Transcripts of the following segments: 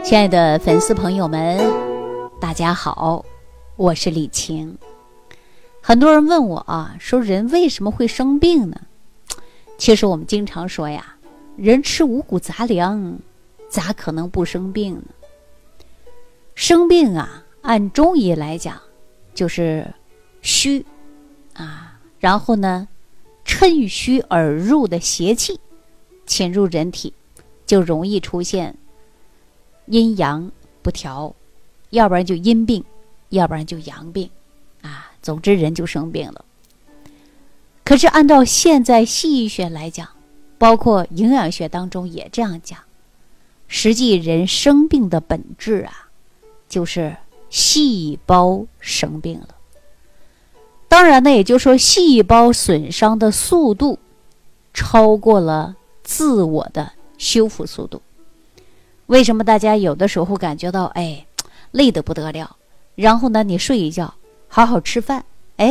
亲爱的粉丝朋友们，大家好，我是李晴。很多人问我啊，说人为什么会生病呢？其实我们经常说呀，人吃五谷杂粮，咋可能不生病呢？生病啊，按中医来讲，就是虚啊，然后呢，趁虚而入的邪气侵入人体，就容易出现阴阳不调，要不然就阴病，要不然就阳病啊，总之人就生病了。可是按照现在西医学来讲，包括营养学当中也这样讲，实际人生病的本质啊，就是细胞生病了。当然呢，也就是说细胞损伤的速度超过了自我的修复速度。为什么大家有的时候感觉到累得不得了，然后呢你睡一觉，好好吃饭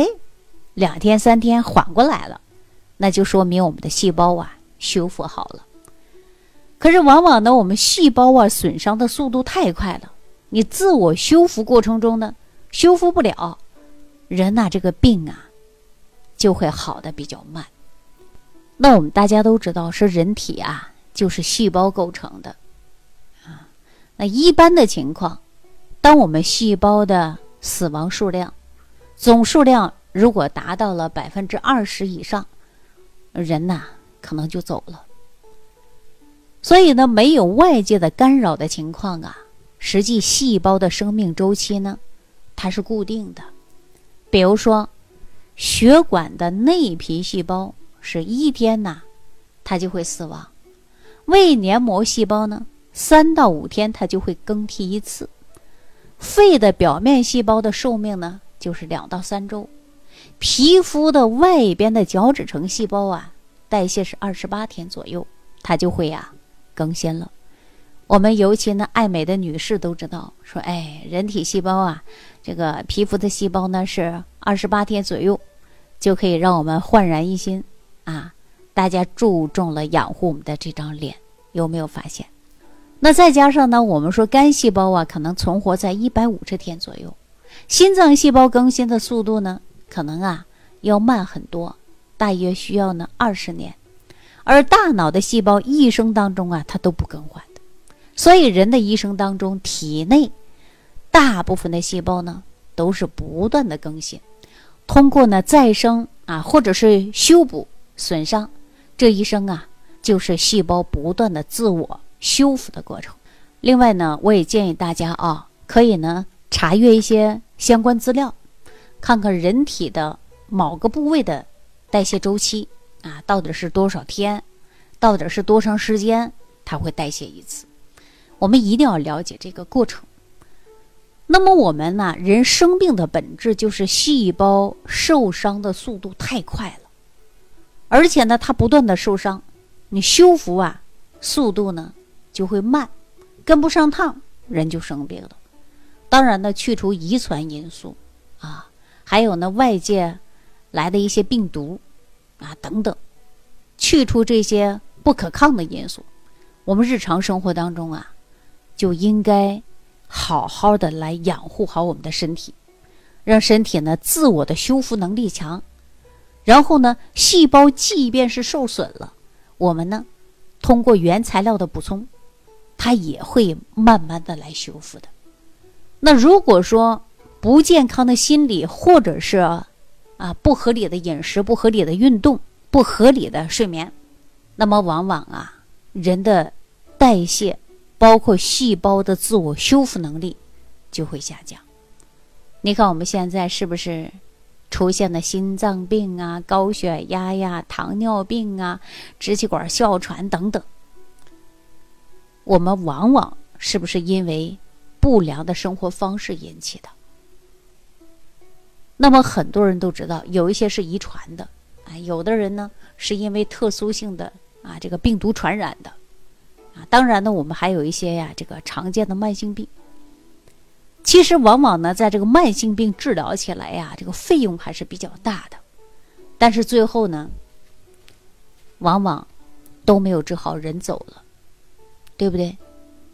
，2天3天缓过来了，那就说明我们的细胞啊修复好了。可是往往呢，我们细胞啊损伤的速度太快了，你自我修复过程中呢修复不了，人这个病啊就会好的比较慢。那我们大家都知道，是人体啊就是细胞构成的啊。那一般的情况，当我们细胞的死亡数量总数量如果达到了20%以上，人可能就走了。所以呢，没有外界的干扰的情况啊，实际细胞的生命周期呢，它是固定的。比如说，血管的内皮细胞是1天它就会死亡；胃黏膜细胞呢，3到5天它就会更替一次；肺的表面细胞的寿命呢，就是2到3周；皮肤的外边的角质层细胞啊，代谢是28天左右，它就会更新了。我们尤其呢爱美的女士都知道，说人体细胞啊，这个皮肤的细胞呢是28天左右就可以让我们焕然一新啊。大家注重了养护我们的这张脸，有没有发现？那再加上呢，我们说肝细胞啊可能存活在150天左右，心脏细胞更新的速度呢可能要慢很多，大约需要呢20年。而大脑的细胞一生当中它都不更换的。所以人的一生当中，体内大部分的细胞呢都是不断的更新，通过呢再生或者是修补损伤，这一生就是细胞不断的自我修复的过程。另外呢，我也建议大家可以呢查阅一些相关资料，看看人体的某个部位的代谢周期到底是多少天，到底是多长时间它会代谢一次。我们一定要了解这个过程。那么我们人生病的本质就是细胞受伤的速度太快了，而且呢它不断的受伤，你修复速度呢就会慢，跟不上趟，人就生病了。当然呢，去除遗传因素还有呢外界来的一些病毒等等，去除这些不可抗的因素，我们日常生活当中就应该好好的来养护好我们的身体，让身体呢自我的修复能力强。然后呢，细胞即便是受损了，我们呢通过原材料的补充，它也会慢慢的来修复的。那如果说不健康的心理，或者是不合理的饮食、不合理的运动、不合理的睡眠，那么往往人的代谢包括细胞的自我修复能力就会下降。你看我们现在是不是出现了心脏病高血压糖尿病支气管哮喘等等？我们往往是不是因为不良的生活方式引起的？那么很多人都知道，有一些是遗传的有的人呢是因为特殊性的这个病毒传染的当然呢，我们还有一些这个常见的慢性病。其实往往呢，在这个慢性病治疗起来这个费用还是比较大的，但是最后呢，往往都没有治好，人走了，对不对？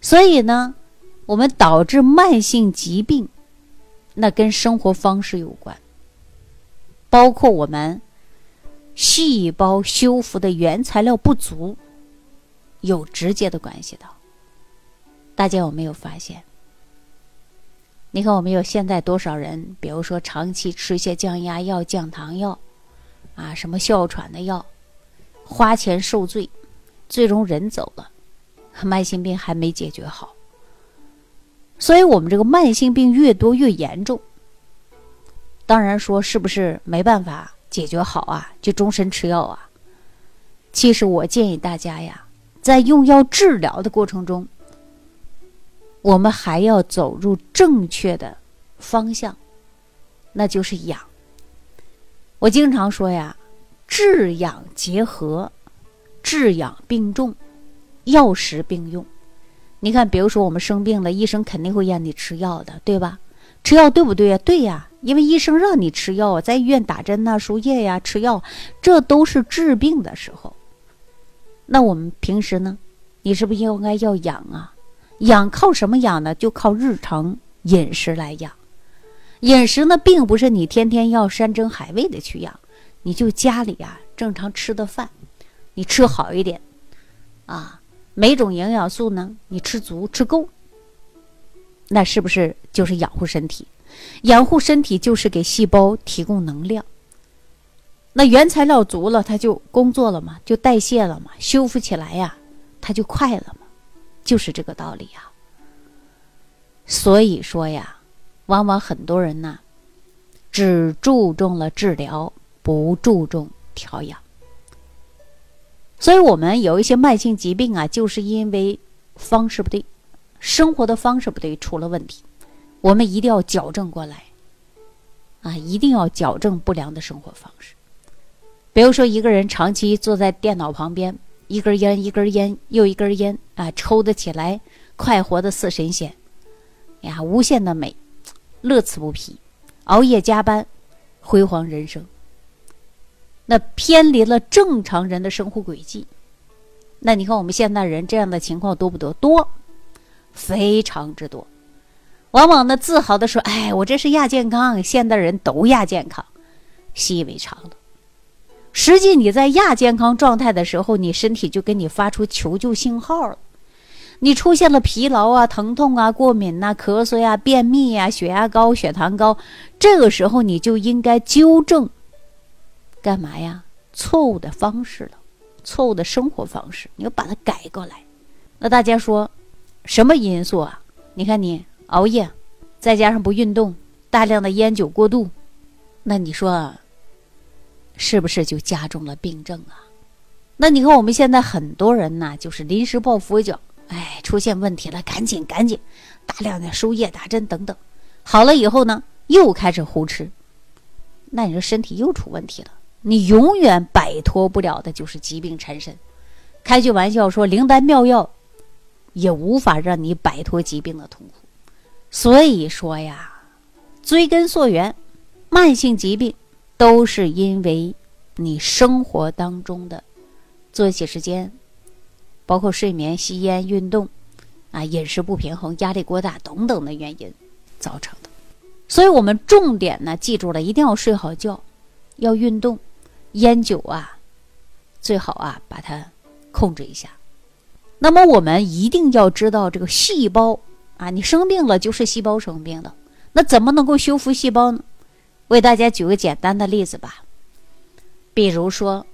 所以呢，我们导致慢性疾病，那跟生活方式有关，包括我们细胞修复的原材料不足，有直接的关系的。大家有没有发现？你看我们有现在多少人，比如说长期吃一些降压药、降糖药啊，什么哮喘的药，花钱受罪，最终人走了，慢性病还没解决好。所以我们这个慢性病越多越严重。当然说是不是没办法解决好啊，就终身吃药啊？其实我建议大家呀，在用药治疗的过程中，我们还要走入正确的方向，那就是养。我经常说呀，治养结合，治养并重，药食并用。你看，比如说我们生病了，医生肯定会让你吃药的，对吧？吃药对不对呀？对呀，因为医生让你吃药啊，在医院打针啊、输液呀、吃药，这都是治病的时候。那我们平时呢，你是不是应该要养啊？养靠什么养呢？就靠日常饮食来养。饮食呢，并不是你天天要山珍海味的去养，你就家里啊正常吃的饭，你吃好一点啊。每种营养素呢，你吃足吃够，那是不是就是养护身体？养护身体就是给细胞提供能量。那原材料足了，它就工作了嘛，就代谢了嘛，修复起来呀，它就快了嘛，就是这个道理呀。所以说呀，往往很多人呢，只注重了治疗，不注重调养。所以我们有一些慢性疾病啊，就是因为方式不对，生活的方式不对，出了问题。我们一定要矫正过来啊，一定要矫正不良的生活方式。比如说一个人长期坐在电脑旁边，一根烟一根烟又一根烟啊，抽得起来，快活的似神仙呀，无限的美，乐此不疲，熬夜加班，辉煌人生。那偏离了正常人的生活轨迹。那你看我们现代人这样的情况多不多？多，非常之多。往往呢自豪的说，哎，我这是亚健康，现代人都亚健康，习以为常了。实际你在亚健康状态的时候，你身体就给你发出求救信号了。你出现了疲劳啊、疼痛啊、过敏啊、咳嗽啊、便秘啊、血压高、血糖高，这个时候你就应该纠正干嘛呀？错误的方式了，错误的生活方式，你要把它改过来。那大家说什么因素啊？你看你熬夜，再加上不运动，大量的烟酒过度，那你说是不是就加重了病症啊？那你看我们现在很多人呢，就是临时抱佛脚，哎，出现问题了，赶紧大量的输液打针等等，好了以后呢，又开始胡吃，那你说身体又出问题了。你永远摆脱不了的就是疾病缠身。开句玩笑说，灵丹妙药也无法让你摆脱疾病的痛苦。所以说呀，追根溯源，慢性疾病都是因为你生活当中的作息时间，包括睡眠、吸烟、运动啊、饮食不平衡、压力过大等等的原因造成的。所以我们重点呢，记住了，一定要睡好觉，要运动，烟酒啊最好啊把它控制一下。那么我们一定要知道，这个细胞啊，你生病了就是细胞生病了，那怎么能够修复细胞呢？为大家举个简单的例子吧。比如说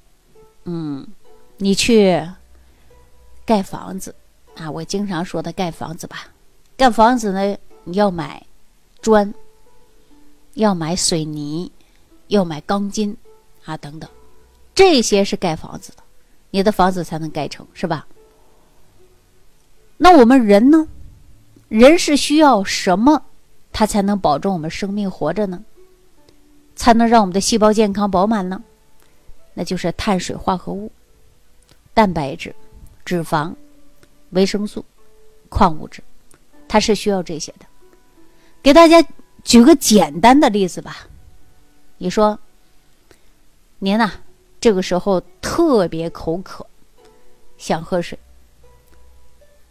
你去盖房子啊，我经常说的盖房子吧。盖房子呢，你要买砖，要买水泥，要买钢筋啊等等，这些是盖房子的，你的房子才能盖成，是吧？那我们人呢？人是需要什么，它才能保证我们生命活着呢？才能让我们的细胞健康饱满呢？那就是碳水化合物、蛋白质、脂肪、维生素、矿物质，它是需要这些的。给大家举个简单的例子吧。你说您啊，这个时候特别口渴，想喝水，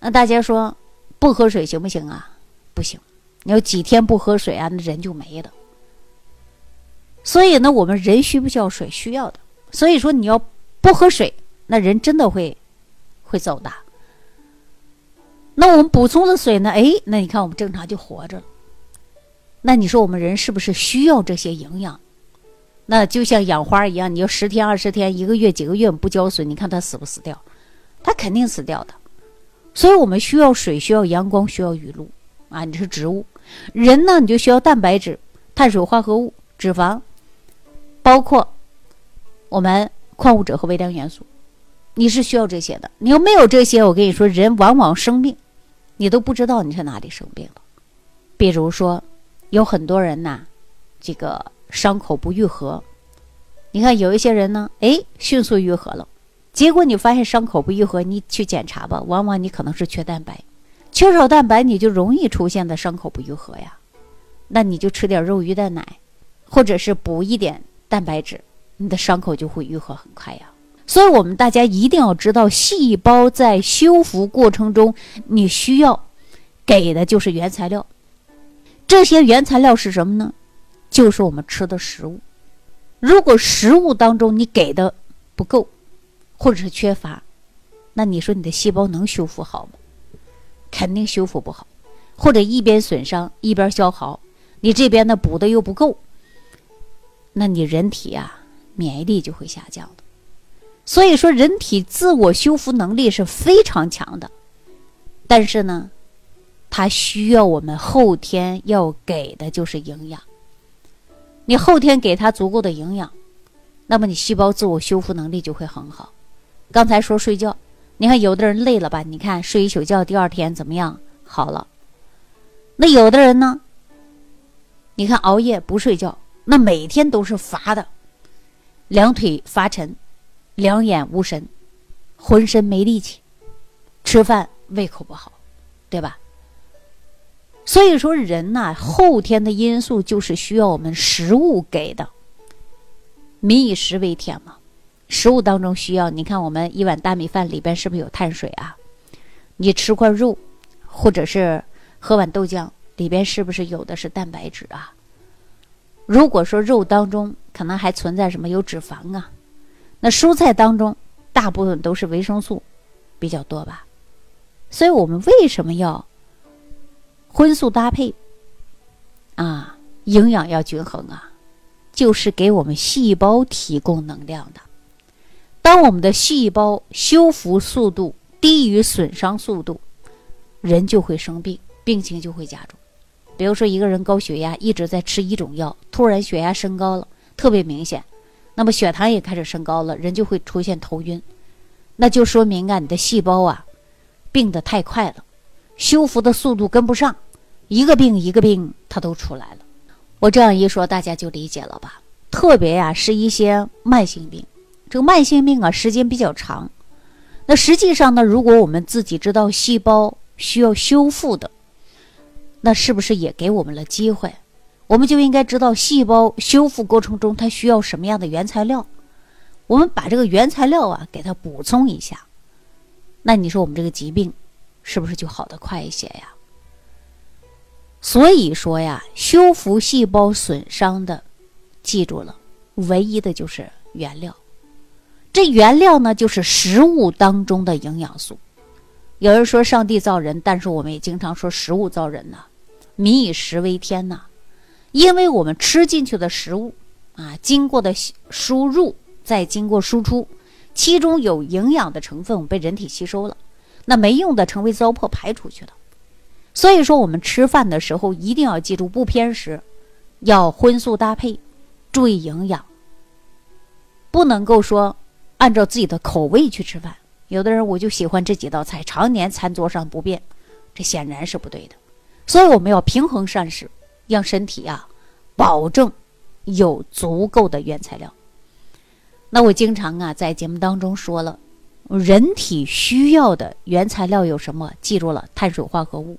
那大家说不喝水行不行啊？不行，你要几天不喝水啊，那人就没了。所以呢，我们人需不需要水？需要的。所以说你要不喝水，那人真的会走的。那我们补充了水呢，那你看我们正常就活着了。那你说我们人是不是需要这些营养？那就像养花一样，你要10天20天1个月几个月不浇水，你看它死不死掉？它肯定死掉的。所以我们需要水，需要阳光，需要雨露啊！你是植物。人呢，你就需要蛋白质、碳水化合物、脂肪，包括我们矿物质和微量元素，你是需要这些的。你要没有这些，我跟你说，人往往生病，你都不知道你是哪里生病了。比如说，有很多人呐，这个伤口不愈合，你看有一些人呢，迅速愈合了，结果你发现伤口不愈合，你去检查吧，往往你可能是缺蛋白，缺少蛋白你就容易出现的伤口不愈合呀。那你就吃点肉鱼蛋奶，或者是补一点蛋白质，你的伤口就会愈合很快呀。所以我们大家一定要知道，细胞在修复过程中，你需要给的就是原材料。这些原材料是什么呢？就是我们吃的食物。如果食物当中你给的不够，或者是缺乏，那你说你的细胞能修复好吗？肯定修复不好，或者一边损伤一边消耗，你这边呢补的又不够，那你人体免疫力就会下降的。所以说人体自我修复能力是非常强的，但是呢它需要我们后天要给的就是营养。你后天给它足够的营养，那么你细胞自我修复能力就会很好。刚才说睡觉，你看有的人累了吧，你看睡一宿觉第二天怎么样？好了。那有的人呢，你看熬夜不睡觉，那每天都是乏的，两腿发沉，两眼无神，浑身没力气，吃饭胃口不好，对吧？所以说人呐，后天的因素就是需要我们食物给的。民以食为天嘛，食物当中需要，你看我们一碗大米饭里边是不是有碳水啊？你吃块肉或者是喝碗豆浆，里边是不是有的是蛋白质啊？如果说肉当中可能还存在什么有脂肪啊，那蔬菜当中大部分都是维生素比较多吧。所以我们为什么要荤素搭配啊，营养要均衡啊，就是给我们细胞提供能量的。当我们的细胞修复速度低于损伤速度，人就会生病，病情就会加重。比如说一个人高血压，一直在吃一种药，突然血压升高了，特别明显，那么血糖也开始升高了，人就会出现头晕，那就说明你的细胞病得太快了，修复的速度跟不上，一个病一个病它都出来了。我这样一说大家就理解了吧。特别是一些慢性病，这个慢性病时间比较长，那实际上呢，如果我们自己知道细胞需要修复的，那是不是也给我们了机会？我们就应该知道细胞修复过程中它需要什么样的原材料，我们把这个原材料给它补充一下，那你说我们这个疾病是不是就好得快一些呀？所以说修复细胞损伤的，记住了，唯一的就是原料。这原料呢，就是食物当中的营养素。有人说上帝造人，但是我们也经常说食物造人呐，民以食为天呐。因为我们吃进去的食物经过的输入，再经过输出，其中有营养的成分我们被人体吸收了，那没用的成为糟粕排出去了。所以说我们吃饭的时候一定要记住，不偏食，要荤素搭配，注意营养，不能够说按照自己的口味去吃饭。有的人我就喜欢这几道菜，常年餐桌上不变，这显然是不对的。所以我们要平衡膳食，让身体保证有足够的原材料。那我经常在节目当中说了，人体需要的原材料有什么？记住了，碳水化合物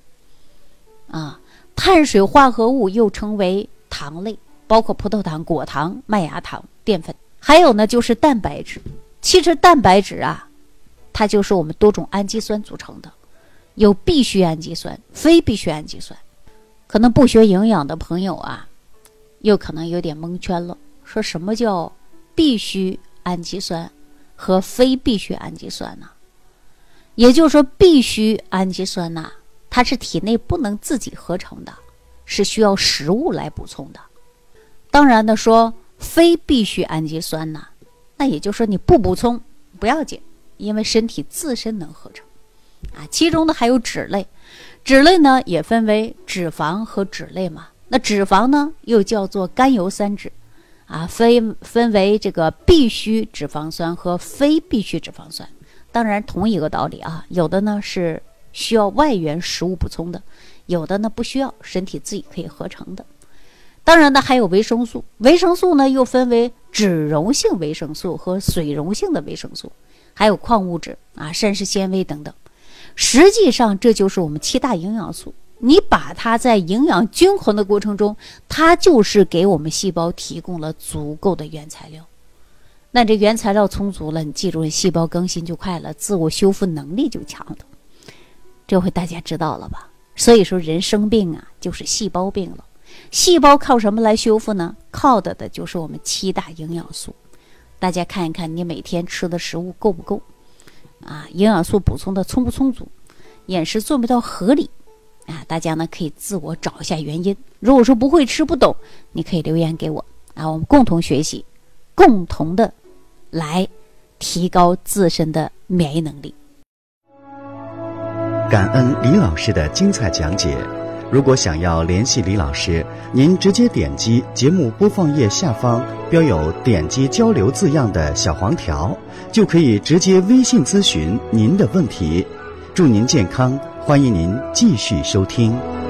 碳水化合物又称为糖类，包括葡萄糖、果糖、麦芽糖、淀粉，还有呢就是蛋白质。其实蛋白质它就是我们多种氨基酸组成的， 有必需氨基酸、非必需氨基酸。可能不学营养的朋友啊，又可能有点蒙圈了，说什么叫必需氨基酸和非必需氨基酸呢？也就是说，必需氨基酸呢，它是体内不能自己合成的，是需要食物来补充的。当然呢，说非必需氨基酸呢，那也就是说你不补充不要紧，因为身体自身能合成啊。其中呢还有脂类，脂类呢也分为脂肪和脂类嘛。那脂肪呢又叫做甘油三酯啊，分为这个必需脂肪酸和非必需脂肪酸。当然同一个道理啊，有的呢是需要外源食物补充的，有的呢不需要，身体自己可以合成的。当然呢还有维生素，维生素呢又分为脂溶性维生素和水溶性的维生素，还有矿物质啊、膳食纤维等等。实际上这就是我们7大营养素，你把它在营养均衡的过程中，它就是给我们细胞提供了足够的原材料。那这原材料充足了，你记住，细胞更新就快了，自我修复能力就强了。这回大家知道了吧？所以说人生病啊，就是细胞病了。细胞靠什么来修复呢？靠的就是我们7大营养素。大家看一看你每天吃的食物够不够啊？营养素补充的充不充足？饮食做不到合理啊？大家呢可以自我找一下原因。如果说不会吃不懂，你可以留言给我啊，我们共同学习，共同的来提高自身的免疫能力。 感恩李老师的精彩讲解。如果想要联系李老师，您直接点击节目播放页下方标有点击交流字样的小黄条，就可以直接微信咨询您的问题。祝您健康，欢迎您继续收听。